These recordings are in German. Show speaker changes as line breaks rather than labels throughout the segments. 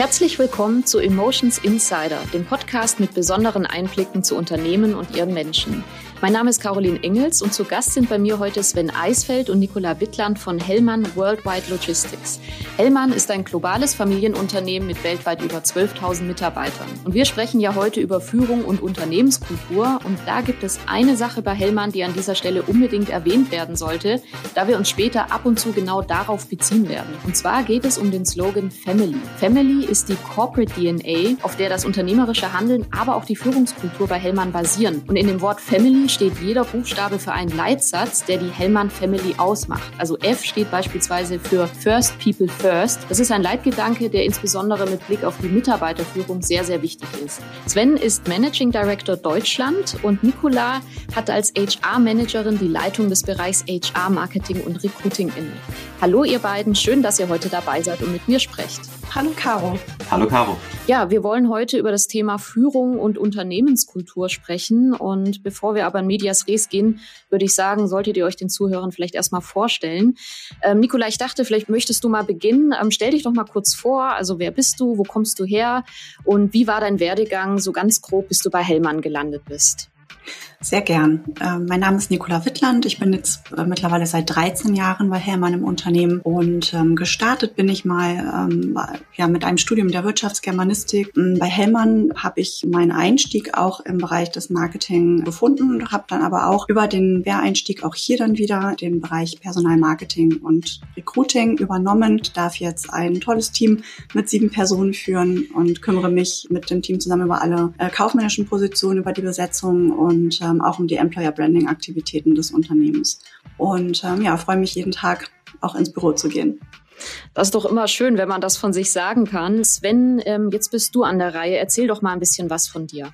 Herzlich willkommen zu Emotions Insider, dem Podcast mit besonderen Einblicken zu Unternehmen und ihren Menschen. Mein Name ist Caroline Engels und zu Gast sind bei mir heute Sven Eisfeld und Nicola Wittland von Hellmann Worldwide Logistics. Hellmann ist ein globales Familienunternehmen mit weltweit über 12.000 Mitarbeitern. Und wir sprechen ja heute über Führung und Unternehmenskultur. Und da gibt es eine Sache bei Hellmann, die an dieser Stelle unbedingt erwähnt werden sollte, da wir uns später ab und zu genau darauf beziehen werden. Und zwar geht es um den Slogan Family. Family ist die Corporate DNA, auf der das unternehmerische Handeln, aber auch die Führungskultur bei Hellmann basieren. Und in dem Wort Family steht jeder Buchstabe für einen Leitsatz, der die Hellmann Family ausmacht. Also F steht beispielsweise für First People First. Das ist ein Leitgedanke, der insbesondere mit Blick auf die Mitarbeiterführung sehr, sehr wichtig ist. Sven ist Managing Director Deutschland und Nicola hat als HR-Managerin die Leitung des Bereichs HR-Marketing und Recruiting inne. Hallo ihr beiden, schön, dass ihr heute dabei seid und mit mir sprecht.
Hallo Caro.
Hallo Caro.
Ja, wir wollen heute über das Thema Führung und Unternehmenskultur sprechen. Und bevor wir aber in Medias Res gehen, würde ich sagen, solltet ihr euch den Zuhörern vielleicht erstmal vorstellen. Nicola, ich dachte, vielleicht möchtest du mal beginnen. Stell dich doch mal kurz vor. Also wer bist du, wo kommst du her und wie war dein Werdegang so ganz grob, bis du bei Hellmann gelandet bist?
Sehr gern. Mein Name ist Nicola Wittland. Ich bin jetzt mittlerweile seit 13 Jahren bei Hellmann im Unternehmen und gestartet bin ich mal mit einem Studium der Wirtschaftsgermanistik. Bei Hellmann habe ich meinen Einstieg auch im Bereich des Marketing gefunden, habe dann aber auch über den Quereinstieg auch hier dann wieder den Bereich Personalmarketing und Recruiting übernommen. Ich darf jetzt ein tolles Team mit 7 Personen führen und kümmere mich mit dem Team zusammen über alle kaufmännischen Positionen, über die Besetzung und auch um die Employer-Branding-Aktivitäten des Unternehmens. Und freue mich jeden Tag auch ins Büro zu gehen.
Das ist doch immer schön, wenn man das von sich sagen kann. Sven, jetzt bist du an der Reihe. Erzähl doch mal ein bisschen was von dir.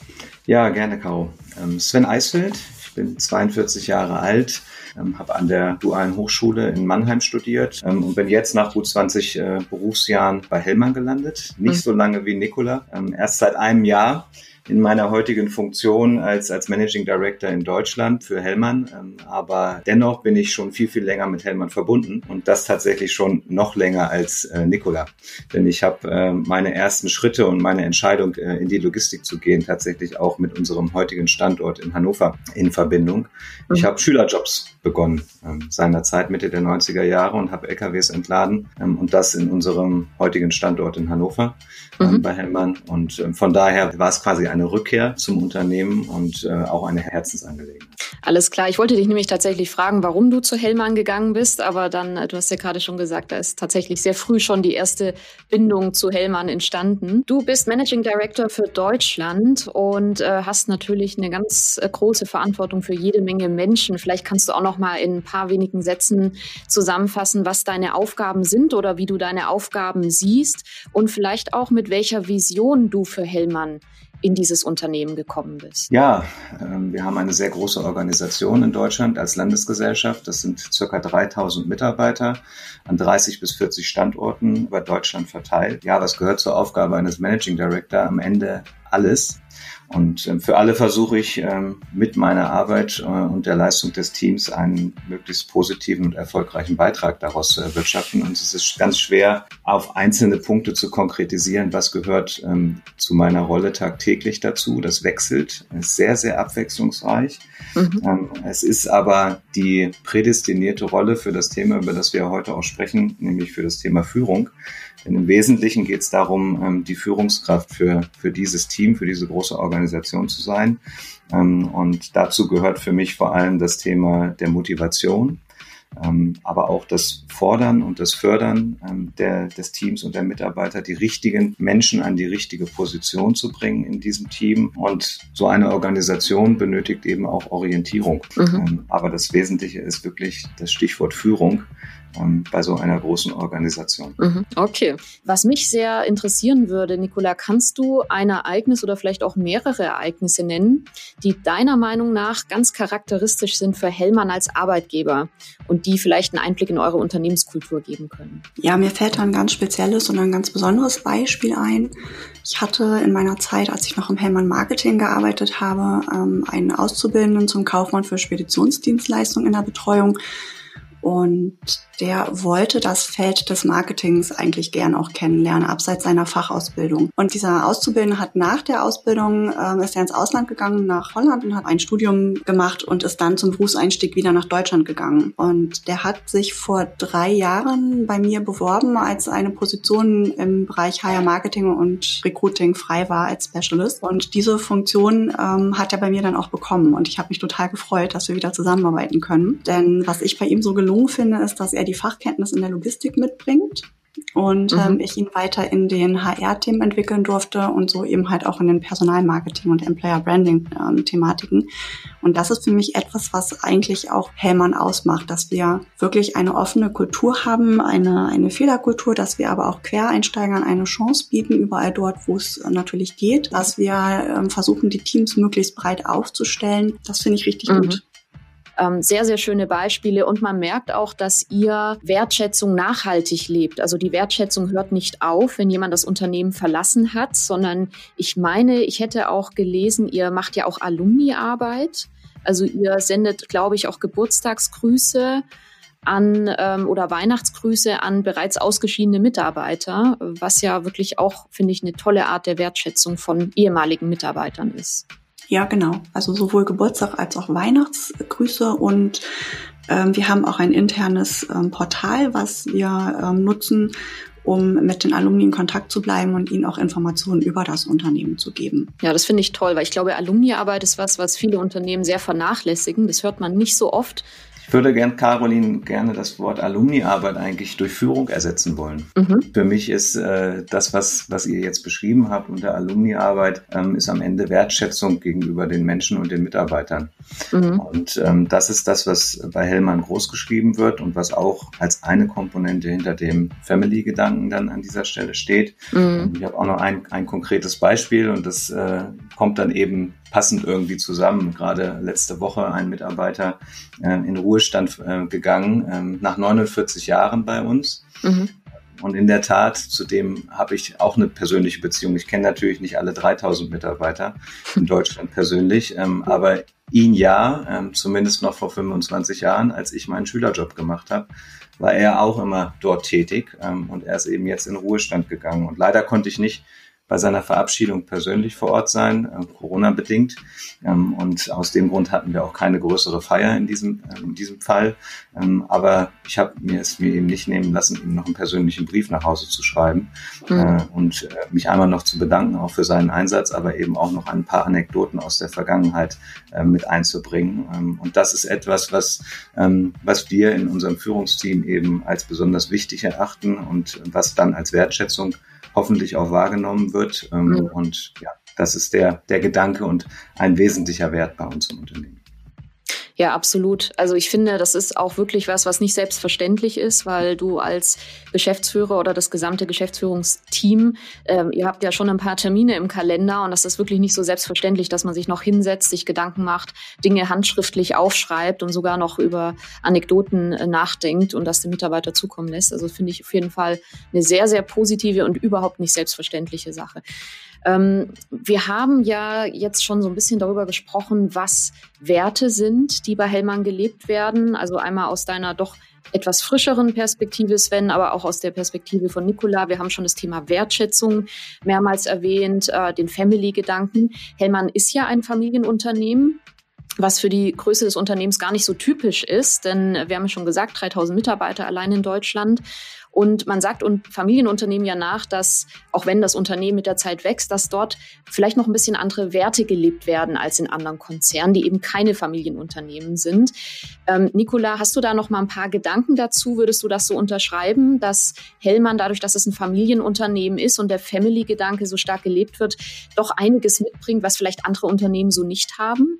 Ja, gerne, Caro. Sven Eisfeld, ich bin 42 Jahre alt, habe an der Dualen Hochschule in Mannheim studiert und bin jetzt nach gut 20 Berufsjahren bei Hellmann gelandet. Nicht so lange wie Nicola, erst seit einem Jahr in meiner heutigen Funktion als Managing Director in Deutschland für Hellmann. Aber dennoch bin ich schon viel, viel länger mit Hellmann verbunden und das tatsächlich schon noch länger als Nicola. Denn ich habe meine ersten Schritte und meine Entscheidung, in die Logistik zu gehen, tatsächlich auch mit unserem heutigen Standort in Hannover in Verbindung. Ich habe Schülerjobs begonnen, seinerzeit Mitte der 90er Jahre und habe LKWs entladen und das in unserem heutigen Standort in Hannover bei Hellmann. Und von daher war es quasi eine Rückkehr zum Unternehmen und auch eine Herzensangelegenheit.
Alles klar. Ich wollte dich nämlich tatsächlich fragen, warum du zu Hellmann gegangen bist, aber dann, du hast ja gerade schon gesagt, da ist tatsächlich sehr früh schon die erste Bindung zu Hellmann entstanden. Du bist Managing Director für Deutschland und hast natürlich eine ganz große Verantwortung für jede Menge Menschen. Vielleicht kannst du auch noch mal in ein paar wenigen Sätzen zusammenfassen, was deine Aufgaben sind oder wie du deine Aufgaben siehst und vielleicht auch mit welcher Vision du für Hellmann in dieses Unternehmen gekommen bist.
Ja, wir haben eine sehr große Organisation in Deutschland als Landesgesellschaft. Das sind ca. 3.000 Mitarbeiter an 30 bis 40 Standorten über Deutschland verteilt. Ja, was gehört zur Aufgabe eines Managing Director? Am Ende alles. Und für alle versuche ich mit meiner Arbeit und der Leistung des Teams einen möglichst positiven und erfolgreichen Beitrag daraus zu erwirtschaften. Und es ist ganz schwer, auf einzelne Punkte zu konkretisieren, was gehört zu meiner Rolle tagtäglich dazu. Das wechselt, ist sehr, sehr abwechslungsreich. Es ist aber die prädestinierte Rolle für das Thema, über das wir heute auch sprechen, nämlich für das Thema Führung. Denn im Wesentlichen geht es darum, die Führungskraft für dieses Team, für diese große Organisation zu sein. Und dazu gehört für mich vor allem das Thema der Motivation, aber auch das Fordern und das Fördern des Teams und der Mitarbeiter, die richtigen Menschen an die richtige Position zu bringen in diesem Team. Und so eine Organisation benötigt eben auch Orientierung. Aber das Wesentliche ist wirklich das Stichwort Führung bei so einer großen Organisation.
Okay. Was mich sehr interessieren würde, Nicola, kannst du ein Ereignis oder vielleicht auch mehrere Ereignisse nennen, die deiner Meinung nach ganz charakteristisch sind für Hellmann als Arbeitgeber und die vielleicht einen Einblick in eure Unternehmenskultur geben können?
Ja, mir fällt da ein ganz spezielles und ein ganz besonderes Beispiel ein. Ich hatte in meiner Zeit, als ich noch im Hellmann Marketing gearbeitet habe, einen Auszubildenden zum Kaufmann für Speditionsdienstleistungen in der Betreuung. Und der wollte das Feld des Marketings eigentlich gern auch kennenlernen, abseits seiner Fachausbildung. Und dieser Auszubildende hat nach der Ausbildung, ist er ins Ausland gegangen, nach Holland, und hat ein Studium gemacht und ist dann zum Berufseinstieg wieder nach Deutschland gegangen. Und der hat sich vor 3 Jahren bei mir beworben, als eine Position im Bereich HR Marketing und Recruiting frei war als Specialist. Und diese Funktion hat er bei mir dann auch bekommen. Und ich habe mich total gefreut, dass wir wieder zusammenarbeiten können. Denn was ich bei ihm so gelungen finde, ist, dass er die Fachkenntnis in der Logistik mitbringt. Und ich ihn weiter in den HR-Themen entwickeln durfte und so eben halt auch in den Personalmarketing- und Employer-Branding-Thematiken. Und das ist für mich etwas, was eigentlich auch Hellmann ausmacht, dass wir wirklich eine offene Kultur haben, eine Fehlerkultur, dass wir aber auch Quereinsteigern eine Chance bieten, überall dort, wo es natürlich geht, dass wir versuchen, die Teams möglichst breit aufzustellen. Das finde ich richtig gut.
Sehr, sehr schöne Beispiele, und man merkt auch, dass ihr Wertschätzung nachhaltig lebt. Also die Wertschätzung hört nicht auf, wenn jemand das Unternehmen verlassen hat, sondern ich meine, ich hätte auch gelesen, ihr macht ja auch Alumni-Arbeit. Also ihr sendet, glaube ich, auch Geburtstagsgrüße an oder Weihnachtsgrüße an bereits ausgeschiedene Mitarbeiter, was ja wirklich auch, finde ich, eine tolle Art der Wertschätzung von ehemaligen Mitarbeitern ist.
Ja, genau. Also sowohl Geburtstag als auch Weihnachtsgrüße, und wir haben auch ein internes Portal, was wir nutzen, um mit den Alumni in Kontakt zu bleiben und ihnen auch Informationen über das Unternehmen zu geben.
Ja, das finde ich toll, weil ich glaube, Alumni-Arbeit ist was viele Unternehmen sehr vernachlässigen. Das hört man nicht so oft.
Ich würde Caroline gerne das Wort Alumni-Arbeit eigentlich durch Führung ersetzen wollen. Für mich ist das, was ihr jetzt beschrieben habt unter Alumni-Arbeit, ist am Ende Wertschätzung gegenüber den Menschen und den Mitarbeitern. Und das ist das, was bei Hellmann groß geschrieben wird und was auch als eine Komponente hinter dem Family-Gedanken dann an dieser Stelle steht. Ich habe auch noch ein konkretes Beispiel, und das kommt dann eben passend irgendwie zusammen. Gerade letzte Woche ein Mitarbeiter in Ruhestand gegangen, nach 49 Jahren bei uns. Und in der Tat, zu dem habe ich auch eine persönliche Beziehung. Ich kenne natürlich nicht alle 3000 Mitarbeiter in Deutschland persönlich, aber ihn zumindest noch vor 25 Jahren, als ich meinen Schülerjob gemacht habe, war er auch immer dort tätig, und er ist eben jetzt in Ruhestand gegangen. Und leider konnte ich nicht bei seiner Verabschiedung persönlich vor Ort sein, Corona-bedingt. Und aus dem Grund hatten wir auch keine größere Feier in diesem Fall. Aber ich habe es mir eben nicht nehmen lassen, ihm noch einen persönlichen Brief nach Hause zu schreiben und mich einmal noch zu bedanken, auch für seinen Einsatz, aber eben auch noch ein paar Anekdoten aus der Vergangenheit mit einzubringen. Und das ist etwas, was wir in unserem Führungsteam eben als besonders wichtig erachten und was dann als Wertschätzung hoffentlich auch wahrgenommen wird. Und ja, das ist der Gedanke und ein wesentlicher Wert bei uns im Unternehmen.
Ja, absolut. Also ich finde, das ist auch wirklich was nicht selbstverständlich ist, weil du als Geschäftsführer oder das gesamte Geschäftsführungsteam, ihr habt ja schon ein paar Termine im Kalender, und das ist wirklich nicht so selbstverständlich, dass man sich noch hinsetzt, sich Gedanken macht, Dinge handschriftlich aufschreibt und sogar noch über Anekdoten nachdenkt und das dem Mitarbeiter zukommen lässt. Also finde ich auf jeden Fall eine sehr, sehr positive und überhaupt nicht selbstverständliche Sache. Wir haben ja jetzt schon so ein bisschen darüber gesprochen, was Werte sind, die bei Hellmann gelebt werden. Also einmal aus deiner doch etwas frischeren Perspektive, Sven, aber auch aus der Perspektive von Nicola. Wir haben schon das Thema Wertschätzung mehrmals erwähnt, den Family-Gedanken. Hellmann ist ja ein Familienunternehmen, was für die Größe des Unternehmens gar nicht so typisch ist, denn wir haben ja schon gesagt, 3000 Mitarbeiter allein in Deutschland. Und man sagt Familienunternehmen ja nach, dass, auch wenn das Unternehmen mit der Zeit wächst, dass dort vielleicht noch ein bisschen andere Werte gelebt werden als in anderen Konzernen, die eben keine Familienunternehmen sind. Nicola, hast du da noch mal ein paar Gedanken dazu? Würdest du das so unterschreiben, dass Hellmann dadurch, dass es ein Familienunternehmen ist und der Family-Gedanke so stark gelebt wird, doch einiges mitbringt, was vielleicht andere Unternehmen so nicht haben?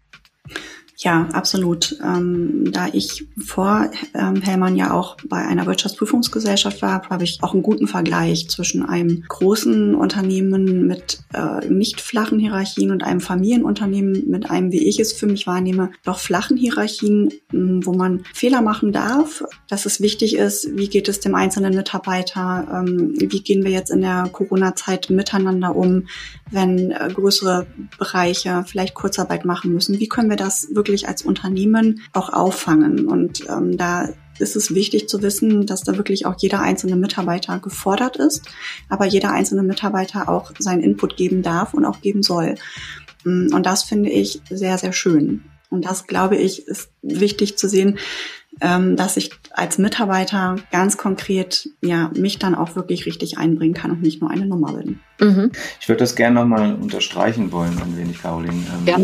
Ja, absolut. Da ich vor Hellmann ja auch bei einer Wirtschaftsprüfungsgesellschaft war, habe ich auch einen guten Vergleich zwischen einem großen Unternehmen mit nicht flachen Hierarchien und einem Familienunternehmen mit einem, wie ich es für mich wahrnehme, doch flachen Hierarchien, wo man Fehler machen darf, dass es wichtig ist, wie geht es dem einzelnen Mitarbeiter, wie gehen wir jetzt in der Corona-Zeit miteinander um, wenn größere Bereiche vielleicht Kurzarbeit machen müssen. Wie können wir das wirklich als Unternehmen auch auffangen? Und da ist es wichtig zu wissen, dass da wirklich auch jeder einzelne Mitarbeiter gefordert ist, aber jeder einzelne Mitarbeiter auch seinen Input geben darf und auch geben soll. Und das finde ich sehr, sehr schön. Und das, glaube ich, ist wichtig zu sehen, dass ich als Mitarbeiter ganz konkret mich dann auch wirklich richtig einbringen kann und nicht nur eine Nummer bin.
Ich würde das gerne nochmal unterstreichen wollen, ein wenig, Caroline.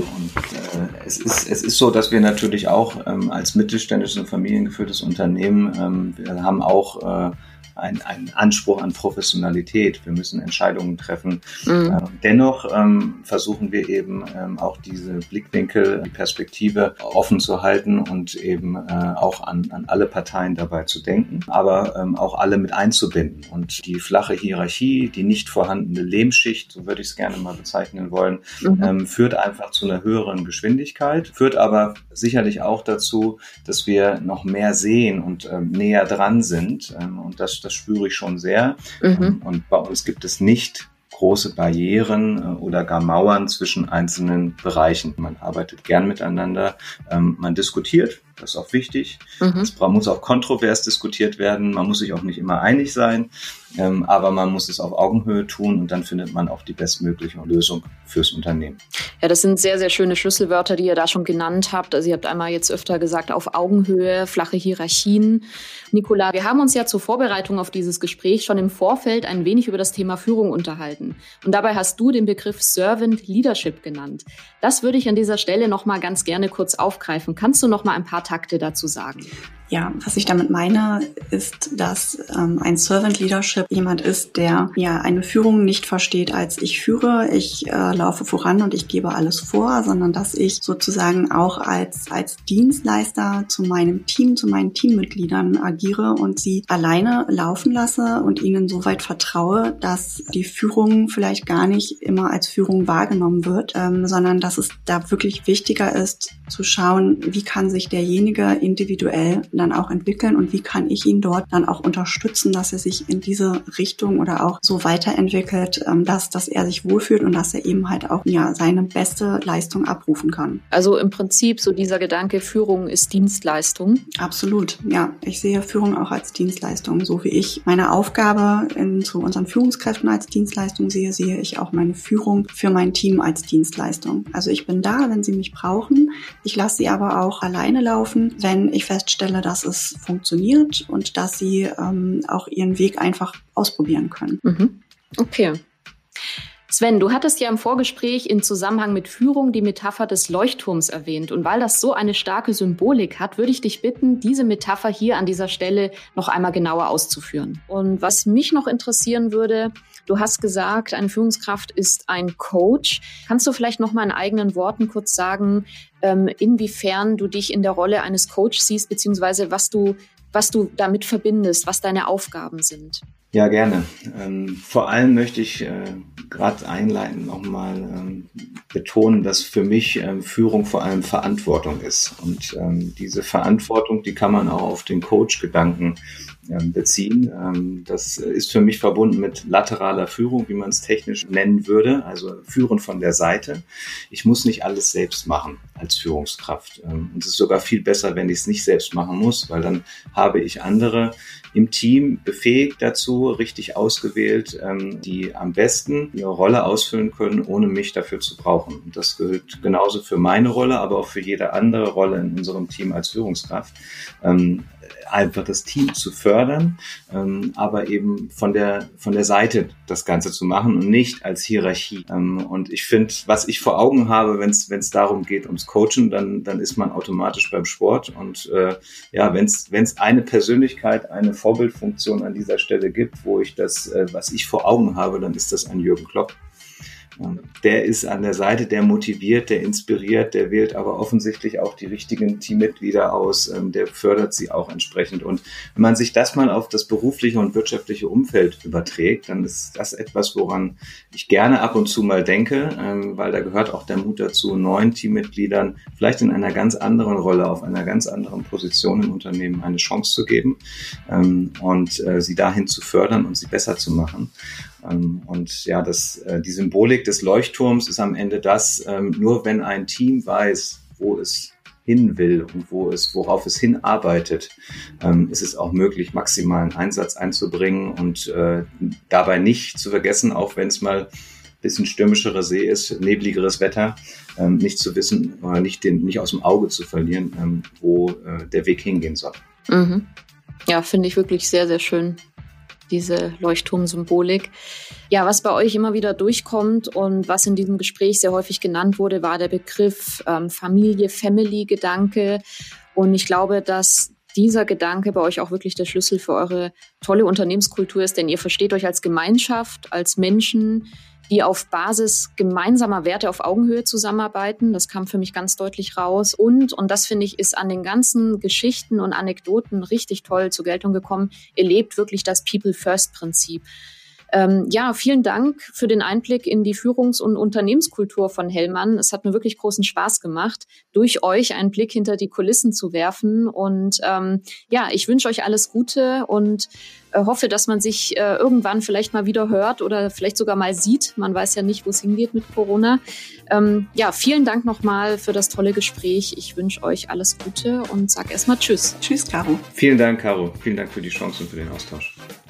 Es ist so, dass wir natürlich auch als mittelständisches und familiengeführtes Unternehmen, wir haben auch einen Anspruch an Professionalität. Wir müssen Entscheidungen treffen. Dennoch versuchen wir eben auch diese Blickwinkel, die Perspektive offen zu halten und eben auch an alle Parteien dabei zu denken, aber auch alle mit einzubinden. Und die flache Hierarchie, die nicht vorhandene Lehmschicht, so würde ich es gerne mal bezeichnen wollen, führt einfach zu einer höheren Geschwindigkeit, führt aber sicherlich auch dazu, dass wir noch mehr sehen und näher dran sind. Und das spüre ich schon sehr. Und bei uns gibt es nicht große Barrieren oder gar Mauern zwischen einzelnen Bereichen. Man arbeitet gern miteinander, man diskutiert, das ist auch wichtig. Es muss auch kontrovers diskutiert werden, man muss sich auch nicht immer einig sein, aber man muss es auf Augenhöhe tun und dann findet man auch die bestmögliche Lösung fürs Unternehmen.
Ja, das sind sehr, sehr schöne Schlüsselwörter, die ihr da schon genannt habt. Also ihr habt einmal jetzt öfter gesagt, auf Augenhöhe, flache Hierarchien. Nicola, wir haben uns ja zur Vorbereitung auf dieses Gespräch schon im Vorfeld ein wenig über das Thema Führung unterhalten. Und dabei hast du den Begriff Servant Leadership genannt. Das würde ich an dieser Stelle noch mal ganz gerne kurz aufgreifen. Kannst du noch mal ein paar Takte dazu sagen?
Ja, was ich damit meine, ist, dass ein Servant Leadership jemand ist, der eine Führung nicht versteht als ich führe, ich laufe voran und ich gebe alles vor, sondern dass ich sozusagen auch als Dienstleister zu meinem Team, zu meinen Teammitgliedern agiere und sie alleine laufen lasse und ihnen so weit vertraue, dass die Führung vielleicht gar nicht immer als Führung wahrgenommen wird, sondern dass es da wirklich wichtiger ist, zu schauen, wie kann sich derjenige individuell dann auch entwickeln und wie kann ich ihn dort dann auch unterstützen, dass er sich in diese Richtung oder auch so weiterentwickelt, dass er sich wohlfühlt und dass er eben halt auch seine beste Leistung abrufen kann.
Also im Prinzip so dieser Gedanke, Führung ist Dienstleistung.
Absolut, ja. Ich sehe Führung auch als Dienstleistung. So wie ich meine Aufgabe zu unseren Führungskräften als Dienstleistung sehe, sehe ich auch meine Führung für mein Team als Dienstleistung. Also ich bin da, wenn sie mich brauchen. Ich lasse sie aber auch alleine laufen, wenn ich feststelle, dass es funktioniert und dass sie auch ihren Weg einfach ausprobieren können.
Okay. Sven, du hattest ja im Vorgespräch in Zusammenhang mit Führung die Metapher des Leuchtturms erwähnt. Und weil das so eine starke Symbolik hat, würde ich dich bitten, diese Metapher hier an dieser Stelle noch einmal genauer auszuführen. Und was mich noch interessieren würde, du hast gesagt, eine Führungskraft ist ein Coach. Kannst du vielleicht noch mal in eigenen Worten kurz sagen, inwiefern du dich in der Rolle eines Coaches siehst, beziehungsweise was du damit verbindest, was deine Aufgaben sind?
Ja, gerne. Vor allem möchte ich gerade einleitend nochmal betonen, dass für mich Führung vor allem Verantwortung ist. Und diese Verantwortung, die kann man auch auf den Coach-Gedanken beziehen. Das ist für mich verbunden mit lateraler Führung, wie man es technisch nennen würde, also Führen von der Seite. Ich muss nicht alles selbst machen als Führungskraft. Und es ist sogar viel besser, wenn ich es nicht selbst machen muss, weil dann habe ich andere im Team befähigt dazu, richtig ausgewählt, die am besten ihre Rolle ausfüllen können, ohne mich dafür zu brauchen. Und das gilt genauso für meine Rolle, aber auch für jede andere Rolle in unserem Team als Führungskraft. Einfach das Team zu fördern, aber eben von der Seite das Ganze zu machen und nicht als Hierarchie. Und ich finde, was ich vor Augen habe, wenn es darum geht, ums Coachen, dann ist man automatisch beim Sport. Und wenn es eine Persönlichkeit, eine Vorbildfunktion an dieser Stelle gibt, wo ich das, was ich vor Augen habe, dann ist das ein Jürgen Klopp. Der ist an der Seite, der motiviert, der inspiriert, der wählt aber offensichtlich auch die richtigen Teammitglieder aus, der fördert sie auch entsprechend. Und wenn man sich das mal auf das berufliche und wirtschaftliche Umfeld überträgt, dann ist das etwas, woran ich gerne ab und zu mal denke, weil da gehört auch der Mut dazu, neuen Teammitgliedern vielleicht in einer ganz anderen Rolle, auf einer ganz anderen Position im Unternehmen eine Chance zu geben und sie dahin zu fördern und sie besser zu machen. Und ja, die Symbolik des Leuchtturms ist am Ende das, nur wenn ein Team weiß, wo es hin will und worauf es hinarbeitet, ist es auch möglich, maximalen Einsatz einzubringen und dabei nicht zu vergessen, auch wenn es mal ein bisschen stürmischerer See ist, nebligeres Wetter, nicht zu wissen oder nicht aus dem Auge zu verlieren, wo der Weg hingehen soll.
Mhm. Ja, finde ich wirklich sehr, sehr schön, diese Leuchtturmsymbolik. Ja, was bei euch immer wieder durchkommt und was in diesem Gespräch sehr häufig genannt wurde, war der Begriff Familie, Family-Gedanke. Und ich glaube, dass dieser Gedanke bei euch auch wirklich der Schlüssel für eure tolle Unternehmenskultur ist, denn ihr versteht euch als Gemeinschaft, als Menschen, die auf Basis gemeinsamer Werte auf Augenhöhe zusammenarbeiten. Das kam für mich ganz deutlich raus. Und das finde ich, ist an den ganzen Geschichten und Anekdoten richtig toll zur Geltung gekommen. Ihr lebt wirklich das People-First-Prinzip. Ja, vielen Dank für den Einblick in die Führungs- und Unternehmenskultur von Hellmann. Es hat mir wirklich großen Spaß gemacht, durch euch einen Blick hinter die Kulissen zu werfen. Und ja, ich wünsche euch alles Gute und hoffe, dass man sich irgendwann vielleicht mal wieder hört oder vielleicht sogar mal sieht. Man weiß ja nicht, wo es hingeht mit Corona. Ja, vielen Dank nochmal für das tolle Gespräch. Ich wünsche euch alles Gute und sage erstmal Tschüss.
Tschüss, Caro.
Vielen Dank, Caro. Vielen Dank für die Chance und für den Austausch.